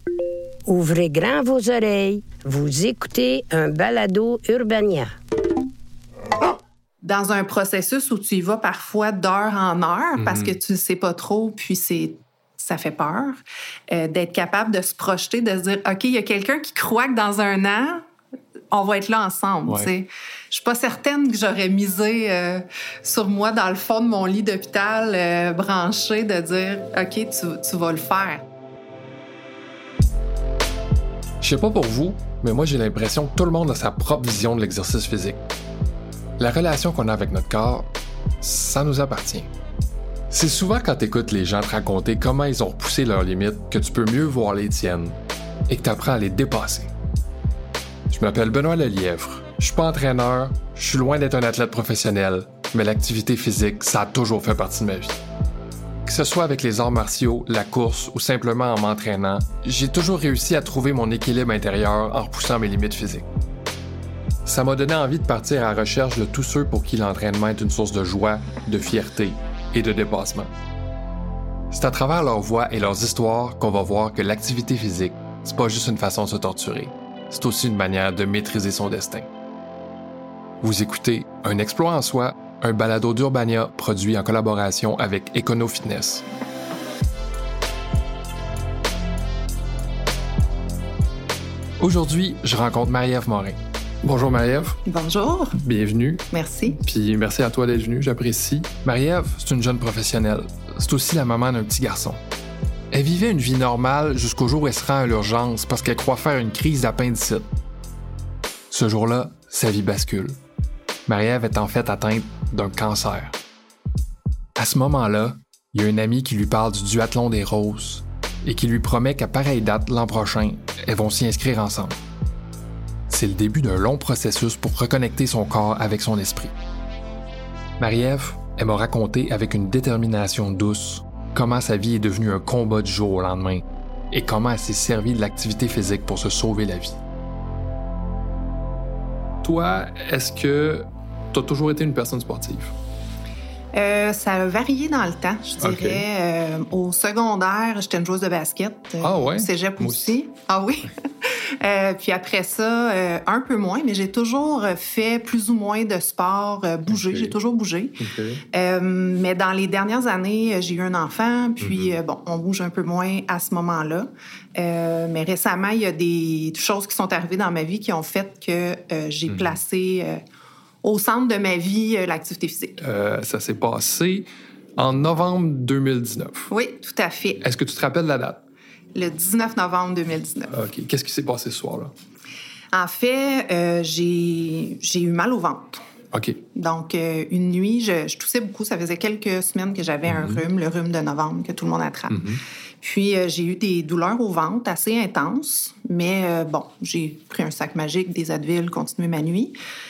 Ouvrez grand vos oreilles. Vous écoutez un balado Urbania. Dans un processus où tu y vas parfois d'heure en heure parce que tu ne sais pas trop, puis ça fait peur, d'être capable de se projeter, de se dire « OK, il y a quelqu'un qui croit que dans un an, on va être là ensemble. Ouais. » Je ne suis pas certaine que j'aurais misé sur moi dans le fond de mon lit d'hôpital branché de dire « OK, tu vas le faire. » Je sais pas pour vous, mais moi j'ai l'impression que tout le monde a sa propre vision de l'exercice physique. La relation qu'on a avec notre corps, ça nous appartient. C'est souvent quand t'écoutes les gens te raconter comment ils ont repoussé leurs limites que tu peux mieux voir les tiennes et que t'apprends à les dépasser. Je m'appelle Benoît Lelièvre, je suis pas entraîneur, je suis loin d'être un athlète professionnel, mais l'activité physique, ça a toujours fait partie de ma vie. Que ce soit avec les arts martiaux, la course ou simplement en m'entraînant, j'ai toujours réussi à trouver mon équilibre intérieur en repoussant mes limites physiques. Ça m'a donné envie de partir à la recherche de tous ceux pour qui l'entraînement est une source de joie, de fierté et de dépassement. C'est à travers leurs voix et leurs histoires qu'on va voir que l'activité physique, c'est pas juste une façon de se torturer, c'est aussi une manière de maîtriser son destin. Vous écoutez Un exploit en soi, un balado d'Urbania produit en collaboration avec Econo Fitness. Aujourd'hui, je rencontre Marie-Ève Morin. Bonjour Marie-Ève. Bonjour. Bienvenue. Merci. Puis merci à toi d'être venue, j'apprécie. Marie-Ève, c'est une jeune professionnelle. C'est aussi la maman d'un petit garçon. Elle vivait une vie normale jusqu'au jour où elle se rend à l'urgence parce qu'elle croit faire une crise d'appendicite. Ce jour-là, sa vie bascule. Marie-Ève est en fait atteinte d'un cancer. À ce moment-là, il y a un ami qui lui parle du duathlon des roses et qui lui promet qu'à pareille date l'an prochain, elles vont s'y inscrire ensemble. C'est le début d'un long processus pour reconnecter son corps avec son esprit. Marie-Ève, elle m'a raconté avec une détermination douce comment sa vie est devenue un combat du jour au lendemain et comment elle s'est servie de l'activité physique pour se sauver la vie. Toi, est-ce que tu as toujours été une personne sportive? Ça a varié dans le temps, je dirais. Okay. Au secondaire, j'étais une joueuse de basket. Ah ouais? Au cégep aussi. Ah oui? Puis après ça, un peu moins, mais j'ai toujours fait plus ou moins de sport, bouger. Okay. J'ai toujours bougé. Okay. Mais dans les dernières années, j'ai eu un enfant, puis on bouge un peu moins à ce moment-là. Mais récemment, il y a des choses qui sont arrivées dans ma vie qui ont fait que j'ai placé... au centre de ma vie, l'activité physique. Ça s'est passé en novembre 2019. Oui, tout à fait. Est-ce que tu te rappelles la date? Le 19 novembre 2019. OK. Qu'est-ce qui s'est passé ce soir-là? En fait, j'ai eu mal au ventre. OK. Donc, une nuit, je toussais beaucoup. Ça faisait quelques semaines que j'avais un rhume, le rhume de novembre que tout le monde attrape. Puis, j'ai eu des douleurs au ventre assez intenses. Mais j'ai pris un sac magique, des Advil, continué ma nuit.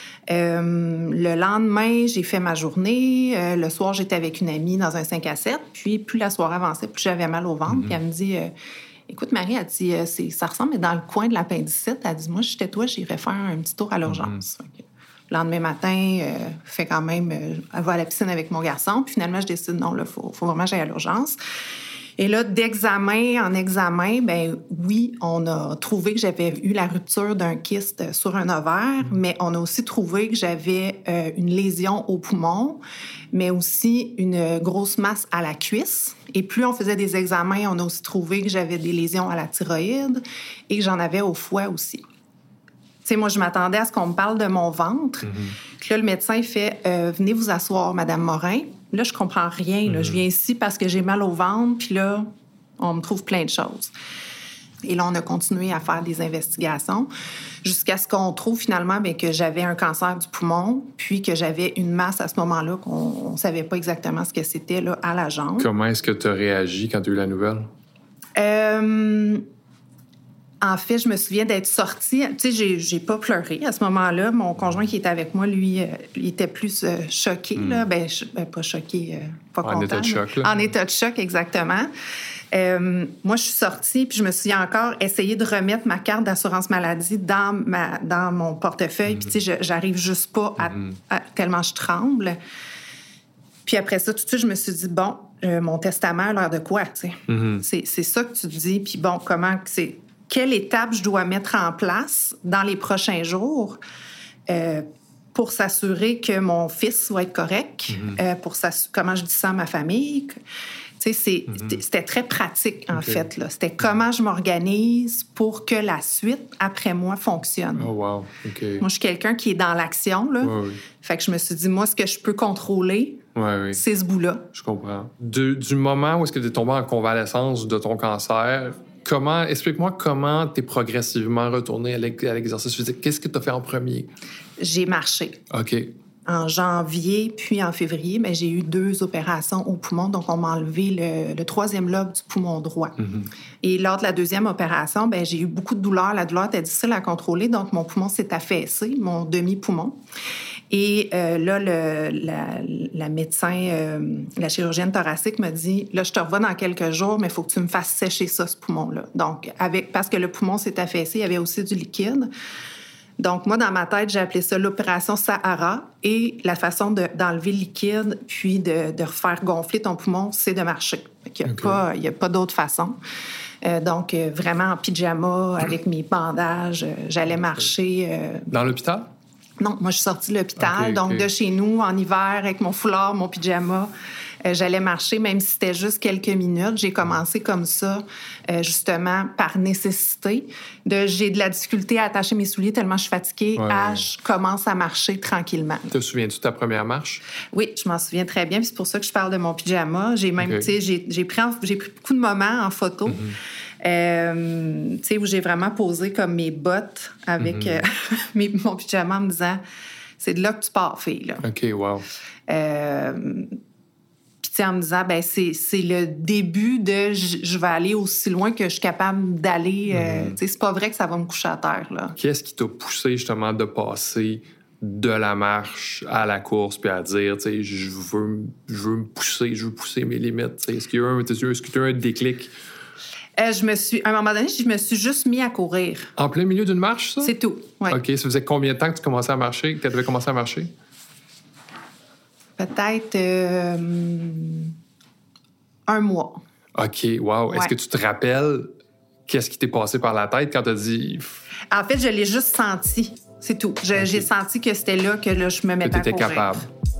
Le lendemain, j'ai fait ma journée. Le soir, j'étais avec une amie dans un 5 à 7. Puis, plus la soirée avançait, plus j'avais mal au ventre. Puis, elle me dit, écoute, Marie, elle dit, ça ressemble, mais dans le coin de l'appendicite. Elle dit, moi, si j'étais toi, j'irais faire un petit tour à l'urgence. Okay. Le lendemain matin, fait quand même, elle va à la piscine avec mon garçon. Puis, finalement, je décide, non, là, faut vraiment que j'aille à l'urgence. Et là, d'examen en examen, oui, on a trouvé que j'avais eu la rupture d'un kyste sur un ovaire, mais on a aussi trouvé que j'avais une lésion au poumon, mais aussi une grosse masse à la cuisse. Et plus on faisait des examens, on a aussi trouvé que j'avais des lésions à la thyroïde et que j'en avais au foie aussi. Tu sais, moi, je m'attendais à ce qu'on me parle de mon ventre. Puis là, le médecin fait « Venez vous asseoir, Madame Morin ». Là, je comprends rien. Là. Je viens ici parce que j'ai mal au ventre, puis là, on me trouve plein de choses. Et là, on a continué à faire des investigations jusqu'à ce qu'on trouve finalement que j'avais un cancer du poumon, puis que j'avais une masse à ce moment-là qu'on ne savait pas exactement ce que c'était là, à la jambe. Comment est-ce que tu as réagi quand tu as eu la nouvelle? En fait, je me souviens d'être sortie. Tu sais, j'ai pas pleuré à ce moment-là. Mon conjoint qui était avec moi, lui, il était plus choqué. Là. Pas choqué, pas content. En état de choc, là. En état de choc, exactement. Moi, je suis sortie, puis je me suis encore essayé de remettre ma carte d'assurance maladie dans mon portefeuille. Puis, tu sais, j'arrive juste pas à tellement je tremble. Puis après ça, tout de suite, je me suis dit, bon, mon testament a l'air de quoi, tu sais? C'est ça que tu te dis. Puis bon, comment c'est... quelle étape je dois mettre en place dans les prochains jours pour s'assurer que mon fils va être correct, comment je dis ça à ma famille. Tu sais, c'était très pratique, en fait. Là. C'était comment je m'organise pour que la suite, après moi, fonctionne. Oh, wow. OK. Moi, je suis quelqu'un qui est dans l'action. Là. Oui. Fait que je me suis dit, moi, ce que je peux contrôler, c'est ce bout-là. Je comprends. Du moment où est-ce que tu es tombé en convalescence de ton cancer, explique-moi comment tu es progressivement retourné à l'exercice physique. Qu'est-ce que tu as fait en premier? J'ai marché. OK. En janvier, puis en février, mais j'ai eu 2 opérations au poumon. Donc, on m'a enlevé le 3e lobe du poumon droit. Et lors de la 2e opération, j'ai eu beaucoup de douleur. La douleur était difficile à contrôler, donc mon poumon s'est affaissé, mon demi-poumon. Et là, la médecin, la chirurgienne thoracique m'a dit, là, je te revois dans quelques jours, mais il faut que tu me fasses sécher ça, ce poumon-là. Donc, parce que le poumon s'est affaissé, il y avait aussi du liquide. Donc, moi, dans ma tête, j'ai appelé ça l'opération Sahara. Et la façon d'enlever le liquide puis de refaire gonfler ton poumon, c'est de marcher. Il n'y a pas d'autre façon. Donc, vraiment en pyjama, avec mes bandages, j'allais marcher. Dans l'hôpital? Non, moi, je suis sortie de l'hôpital. Donc, de chez nous, en hiver, avec mon foulard, mon pyjama, j'allais marcher, même si c'était juste quelques minutes. J'ai commencé comme ça, justement, par nécessité. J'ai de la difficulté à attacher mes souliers tellement je suis fatiguée. Je commence à marcher tranquillement. Te souviens-tu de ta première marche? Oui, je m'en souviens très bien. Puis c'est pour ça que je parle de mon pyjama. J'ai même, tu sais, j'ai pris beaucoup de moments en photo. Tu sais, où j'ai vraiment posé comme mes bottes avec mon pyjama en me disant, c'est de là que tu pars, fille, là. OK, wow. En me disant, c'est le début de je vais aller aussi loin que je suis capable d'aller. C'est pas vrai que ça va me coucher à terre. Là. Qu'est-ce qui t'a poussé justement de passer de la marche à la course puis à dire, je veux pousser mes limites? Est-ce qu'il y a eu un déclic? À un moment donné, je me suis juste mis à courir. En plein milieu d'une marche, ça? C'est tout, oui. OK, ça faisait combien de temps que tu commençais à marcher, que tu avais commencé à marcher? Peut-être 1 mois. OK, wow. Est-ce que tu te rappelles qu'est-ce qui t'est passé par la tête quand tu as dit... En fait, je l'ai juste senti. C'est tout. J'ai senti que c'était là que je me mettais à courir. Que tu étais capable.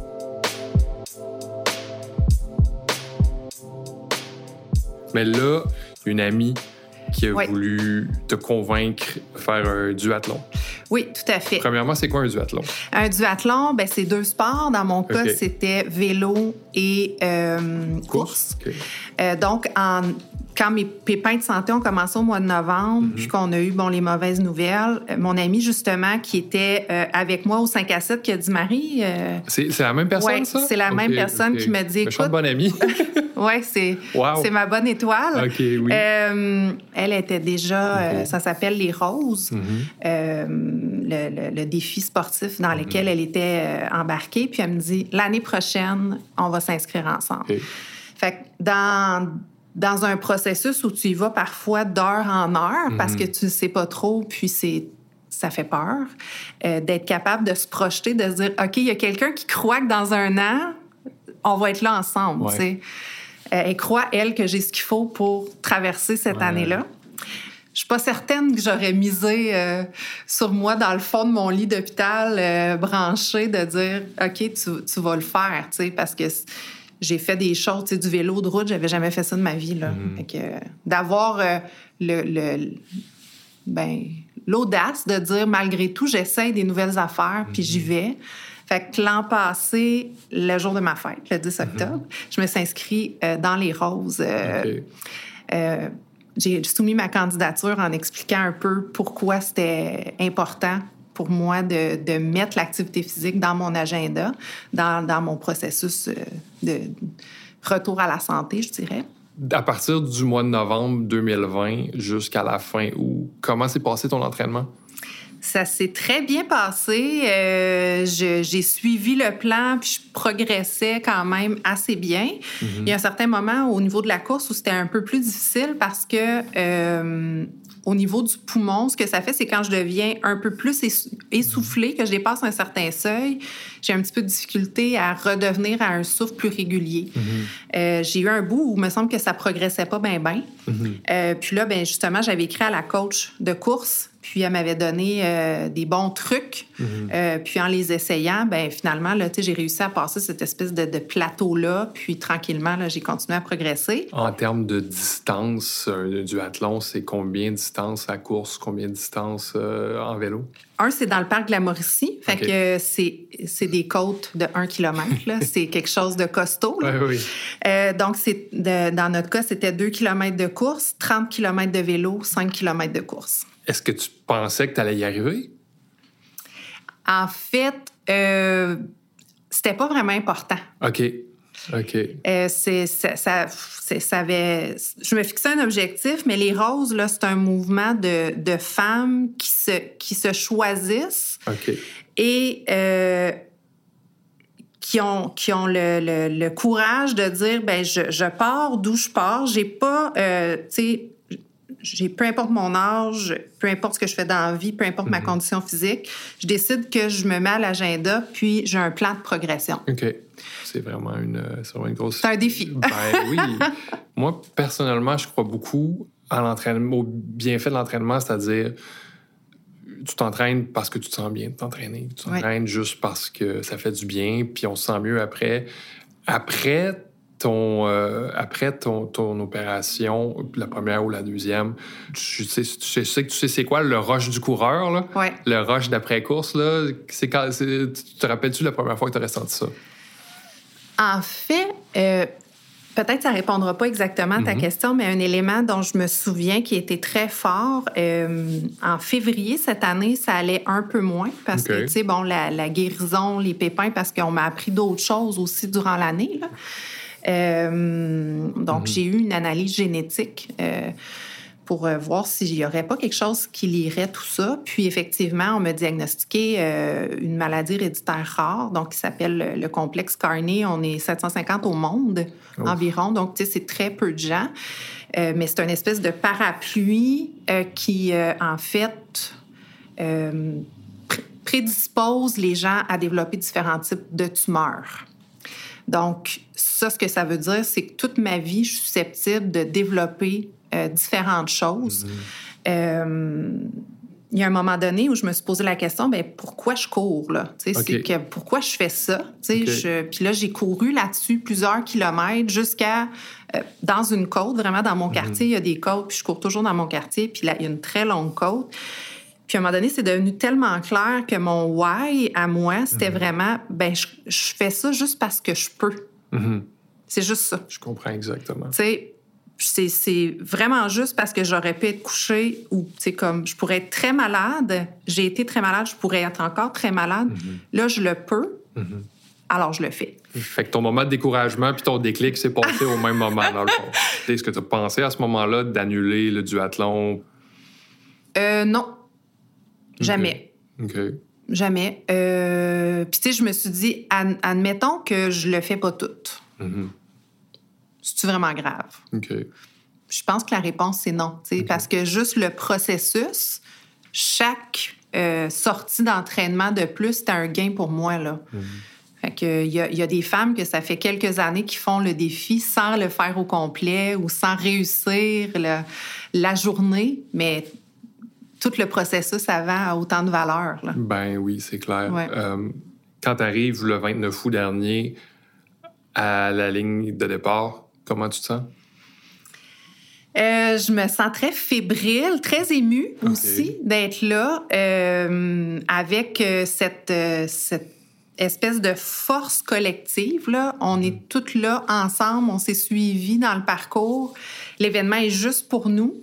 Mais là, une amie qui a voulu te convaincre de faire un duathlon. Oui, tout à fait. Premièrement, c'est quoi un duathlon? Un duathlon, c'est 2 sports. Dans mon cas, c'était vélo et course. Okay. Donc, quand mes pépins de santé ont commencé au mois de novembre, puis qu'on a eu les mauvaises nouvelles, mon ami, justement, qui était avec moi au 5 à 7, qui a dit, Marie... C'est la même personne, ça? Oui, c'est la même personne qui m'a dit, écoute... Méchante bonne amie. Oui, c'est ma bonne étoile. OK, oui. Elle était déjà... ça s'appelle les Roses, le défi sportif dans lequel elle était embarquée. Puis elle me dit, l'année prochaine, on va s'inscrire ensemble. Okay. Fait que dans un processus où tu y vas parfois d'heure en heure parce que tu ne sais pas trop, puis ça fait peur, d'être capable de se projeter, de se dire, OK, il y a quelqu'un qui croit que dans 1 an, on va être là ensemble. Ouais. Elle croit, elle, que j'ai ce qu'il faut pour traverser cette année-là. Je suis pas certaine que j'aurais misé sur moi dans le fond de mon lit d'hôpital branché de dire, OK, tu vas le faire, parce que... J'ai fait des choses, du vélo de route, j'avais jamais fait ça de ma vie, là. Fait que, d'avoir l'audace de dire, malgré tout, j'essaie des nouvelles affaires, puis j'y vais. Fait que l'an passé, le jour de ma fête, le 10 octobre, je me suis inscrite dans les Roses. J'ai soumis ma candidature en expliquant un peu pourquoi c'était important pour moi de mettre l'activité physique dans mon agenda, dans mon processus de retour à la santé, je dirais. À partir du mois de novembre 2020 jusqu'à la fin août, comment s'est passé ton entraînement? Ça s'est très bien passé. J'ai suivi le plan, puis je progressais quand même assez bien. Il y a un certain moment au niveau de la course où c'était un peu plus difficile parce que... au niveau du poumon, ce que ça fait, c'est quand je deviens un peu plus essoufflée, que je dépasse un certain seuil, j'ai un petit peu de difficulté à redevenir à un souffle plus régulier. J'ai eu un bout où il me semble que ça progressait pas bien. Puis là, ben justement, j'avais écrit à la coach de course, puis elle m'avait donné des bons trucs. Puis en les essayant, ben finalement, là, j'ai réussi à passer cette espèce de plateau-là. Puis tranquillement, là, j'ai continué à progresser. En termes de distance, un duathlon, c'est combien de distance à course, combien de distance en vélo? C'est dans le parc de la Mauricie. Fait que c'est des côtes de 1 km. Là. C'est quelque chose de costaud. Là. Oui. Donc, dans notre cas, c'était 2 km de course, 30 km de vélo, 5 km de course. Est-ce que tu pensais que tu allais y arriver? En fait, c'était pas vraiment important. OK. Je me fixais un objectif, mais les roses, là, c'est un mouvement de femmes qui se choisissent et qui ont le courage de dire, ben je pars d'où je pars. J'ai pas, peu importe mon âge, peu importe ce que je fais dans la vie, peu importe ma condition physique, je décide que je me mets à l'agenda, puis j'ai un plan de progression. OK. C'est vraiment une grosse... C'est un défi. Ben oui. Moi, personnellement, je crois beaucoup à l'entraînement, au bienfait de l'entraînement, c'est-à-dire tu t'entraînes parce que tu te sens bien de t'entraîner. Tu t'entraînes juste parce que ça fait du bien, puis on se sent mieux après. Après ton opération, la première ou la deuxième, tu sais que tu sais c'est quoi le rush du coureur, là? Ouais. Le rush d'après-course, là, tu te rappelles-tu la première fois que tu as ressenti ça? En fait, peut-être que ça ne répondra pas exactement à ta question, mais un élément dont je me souviens qui était très fort, en février cette année, ça allait un peu moins parce que, tu sais, bon, la guérison, les pépins, parce qu'on m'a appris d'autres choses aussi durant l'année, là. Donc, j'ai eu une analyse génétique pour voir s'il n'y aurait pas quelque chose qui lierait tout ça. Puis, effectivement, on m'a diagnostiqué une maladie héréditaire rare, donc qui s'appelle le complexe Carney. On est 750 au monde environ, donc, tu sais, c'est très peu de gens. Mais c'est une espèce de parapluie qui, en fait, prédispose les gens à développer différents types de tumeurs. Donc, ça, ce que ça veut dire, c'est que toute ma vie, je suis susceptible de développer différentes choses. Il y a un moment donné où je me suis posé la question, bien, pourquoi je cours, là? Pourquoi je fais ça? Puis là, j'ai couru là-dessus plusieurs kilomètres jusqu'à dans une côte, vraiment dans mon quartier. Il y a des côtes, puis je cours toujours dans mon quartier, puis là, il y a une très longue côte. Puis à un moment donné, c'est devenu tellement clair que mon why à moi, c'était vraiment, ben je fais ça juste parce que je peux. C'est juste ça. Je comprends exactement. Tu sais, c'est vraiment juste parce que j'aurais pu être couchée ou, tu sais, comme je pourrais être très malade. J'ai été très malade, je pourrais être encore très malade. Là, je le peux. Alors, je le fais. Fait que ton moment de découragement puis ton déclic s'est passé au même moment, dans le fond. Est-ce que tu as pensé à ce moment-là d'annuler le duathlon? Non. Jamais. Jamais. Puis, tu sais, je me suis dit, admettons que je le fais pas tout. C'est-tu vraiment grave? Je pense que la réponse, c'est non. Parce que juste le processus, chaque sortie d'entraînement de plus, c'est un gain pour moi, là. Fait que il y a des femmes que ça fait quelques années qui font le défi sans le faire au complet ou sans réussir la journée, mais tout le processus avant a autant de valeur, là. Ben oui, c'est clair. Ouais. Quand tu arrives le 29 août dernier à la ligne de départ, comment tu te sens? Je me sens très fébrile, très émue aussi d'être là avec cette espèce de force collective, là. On est toutes là ensemble, on s'est suivis dans le parcours. L'événement est juste pour nous.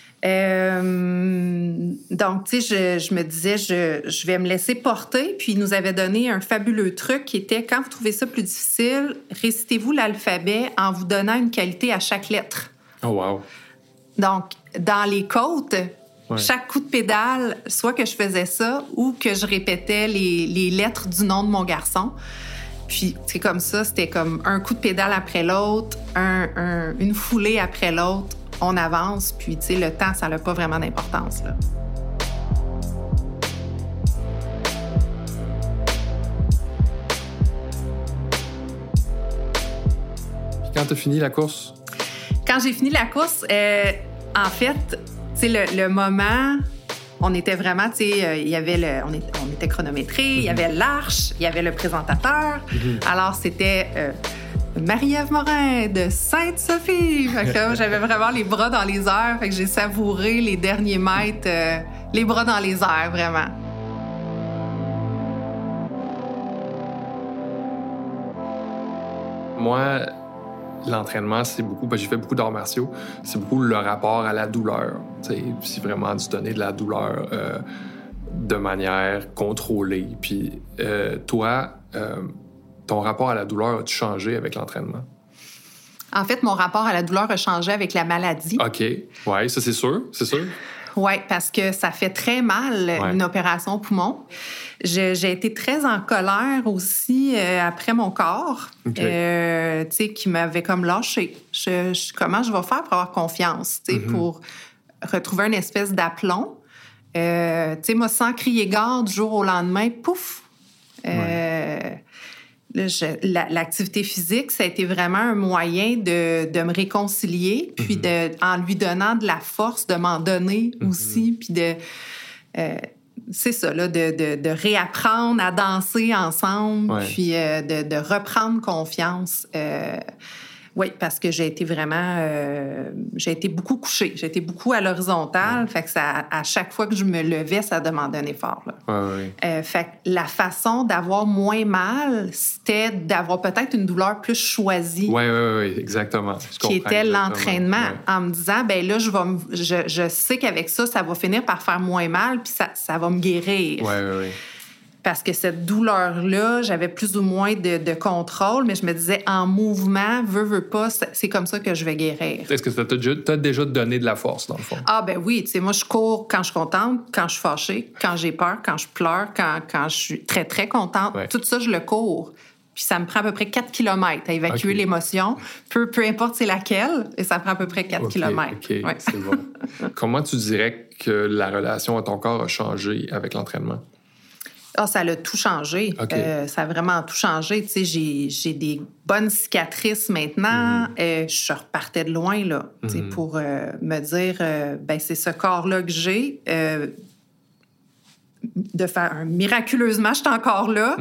Donc, tu sais, je me disais, je vais me laisser porter. Puis, il nous avait donné un fabuleux truc qui était, quand vous trouvez ça plus difficile, récitez-vous l'alphabet en vous donnant une qualité à chaque lettre. Oh, wow! Donc, dans les côtes, chaque coup de pédale, soit que je faisais ça ou que je répétais les lettres du nom de mon garçon. Puis, c'est comme ça, c'était comme un coup de pédale après l'autre, une foulée après l'autre. On avance, puis, tu sais, le temps, ça n'a pas vraiment d'importance, là. Puis quand t'as fini la course? Quand j'ai fini la course, en fait, tu sais, le moment, on était vraiment, tu sais, il y avait on était chronométré, il y avait l'arche, il y avait le présentateur. Alors, c'était Marie-Ève Morin de Sainte-Sophie. Fait que là, j'avais vraiment les bras dans les airs. Fait que j'ai savouré les derniers mètres, les bras dans les airs, vraiment. Moi, l'entraînement, c'est beaucoup... j'ai fait beaucoup d'arts martiaux. C'est beaucoup le rapport à la douleur. C'est vraiment de se donner de la douleur de manière contrôlée. Puis toi, ton rapport à la douleur a-tu changé avec l'entraînement? En fait, mon rapport à la douleur a changé avec la maladie. OK. Oui, ça, c'est sûr. Oui, parce que ça fait très mal, une opération poumon. J'ai été très en colère aussi après mon corps, tu sais, qui m'avait comme lâché. Comment je vais faire pour avoir confiance, tu sais, pour retrouver une espèce d'aplomb. Tu sais, moi, sans crier gare du jour au lendemain, pouf! L'activité physique, ça a été vraiment un moyen de me réconcilier, puis en lui donnant de la force, de m'en donner aussi, puis c'est ça, là, de réapprendre à danser ensemble, puis de reprendre confiance. Oui, parce que j'ai été vraiment... j'ai été beaucoup couchée. J'ai été beaucoup à l'horizontale. Fait que ça, à chaque fois que je me levais, ça demandait un effort. Là. Fait que la façon d'avoir moins mal, c'était d'avoir peut-être une douleur plus choisie. Oui, exactement. Qui était l'entraînement. En me disant, ben là, je sais qu'avec ça, ça va finir par faire moins mal, puis ça va me guérir. Oui. Parce que cette douleur-là, j'avais plus ou moins de contrôle, mais je me disais, en mouvement, veux pas, c'est comme ça que je vais guérir. Est-ce que ça t'a déjà donné de la force, dans le fond? Ah, ben oui. Tu sais, moi, je cours quand je suis contente, quand je suis fâchée, quand j'ai peur, quand je pleure, quand je suis très, très contente. Tout ça, je le cours. Puis ça me prend à peu près 4 km à évacuer l'émotion. Peu importe c'est laquelle, et ça prend à peu près 4 km. OK, c'est bon. Comment tu dirais que la relation à ton corps a changé avec l'entraînement? Ah, ça a tout changé. Ça a vraiment tout changé. Tu sais, j'ai des bonnes cicatrices maintenant. Je repartais de loin, là, tu sais, pour me dire, ben c'est ce corps-là que j'ai. De faire miraculeusement, je suis encore là.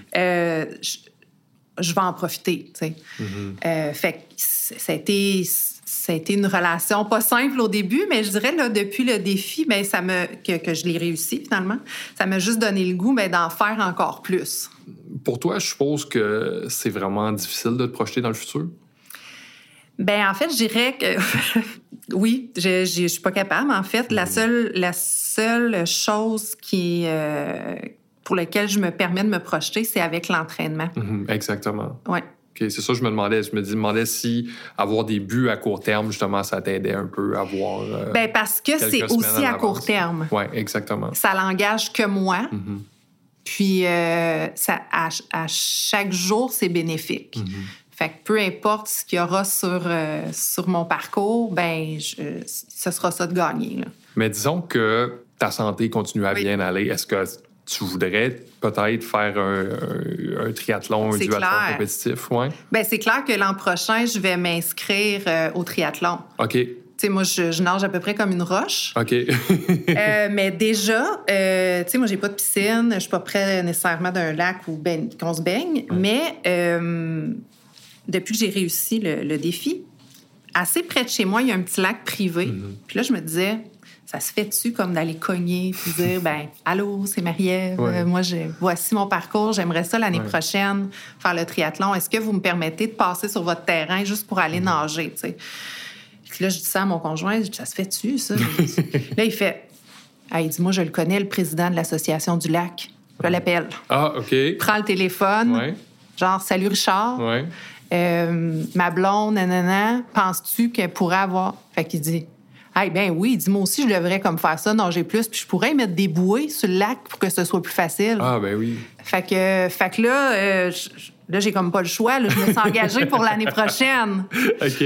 Je vais en profiter, tu sais. Fait que ça a été une relation pas simple au début, mais je dirais, là, depuis le défi, ben, que je l'ai réussi, finalement, ça m'a juste donné le goût d'en faire encore plus. Pour toi, je suppose que c'est vraiment difficile de te projeter dans le futur? Ben en fait, je dirais que... oui, je suis pas capable. En fait, la seule chose pour laquelle je me permets de me projeter, c'est avec l'entraînement. Exactement. Oui. OK, c'est ça que je me demandais. Je me demandais si avoir des buts à court terme, justement, ça t'aidait un peu à voir... ben parce que c'est aussi à court terme. Oui, exactement. Ça l'engage que moi. Puis, ça, à chaque jour, c'est bénéfique. Fait que peu importe ce qu'il y aura sur mon parcours, ben ce sera ça de gagner. Là. Mais disons que ta santé continue à bien aller. Est-ce que tu voudrais peut-être faire un triathlon, un duathlon compétitif? Ouais? Bien, c'est clair que l'an prochain, je vais m'inscrire au triathlon. OK. Tu sais, moi, je nage à peu près comme une roche. OK. Mais déjà, tu sais, moi, j'ai pas de piscine. Je suis pas près nécessairement d'un lac où qu'on se baigne. Mais depuis que j'ai réussi le défi, assez près de chez moi, il y a un petit lac privé. Puis là, je me disais... Ça se fait-tu comme d'aller cogner puis dire, ben allô, c'est Marie-Ève, moi, voici mon parcours, j'aimerais ça l'année prochaine faire le triathlon. Est-ce que vous me permettez de passer sur votre terrain juste pour aller nager, tu sais? Puis là, je dis ça à mon conjoint, je dis, ça se fait-tu, ça? Là, il fait, il dit, moi, je le connais, le président de l'association du lac. Je l'appelle. Ah, OK. Prends le téléphone, genre, salut Richard, ma blonde, nanana, penses-tu qu'elle pourrait avoir... Fait qu'il dit... Ben oui, il dit, moi aussi, je devrais comme faire ça, nager plus, puis je pourrais mettre des bouées sur le lac pour que ce soit plus facile. Ah, ben oui. Fait que là, là, j'ai comme pas le choix, là, je me suis engagée pour l'année prochaine. OK.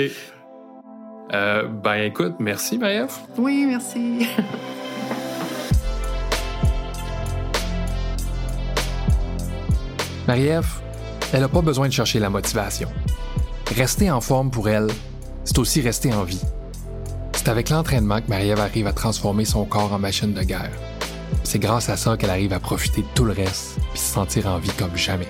Ben écoute, merci, Marie-Ève. Oui, merci. Marie-Ève, elle n'a pas besoin de chercher la motivation. Rester en forme pour elle, c'est aussi rester en vie. C'est avec l'entraînement que Marie-Ève arrive à transformer son corps en machine de guerre. C'est grâce à ça qu'elle arrive à profiter de tout le reste puis se sentir en vie comme jamais.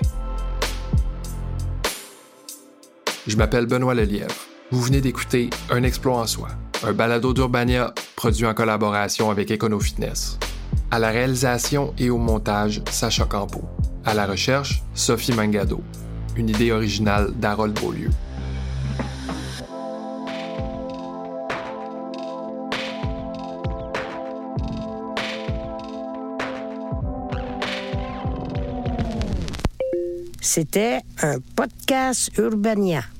Je m'appelle Benoît Lelièvre. Vous venez d'écouter Un exploit en soi, un balado d'Urbania produit en collaboration avec EconoFitness. À la réalisation et au montage, Sacha Campeau. À la recherche, Sophie Mangado. Une idée originale d'Harold Beaulieu. C'était un podcast Urbania.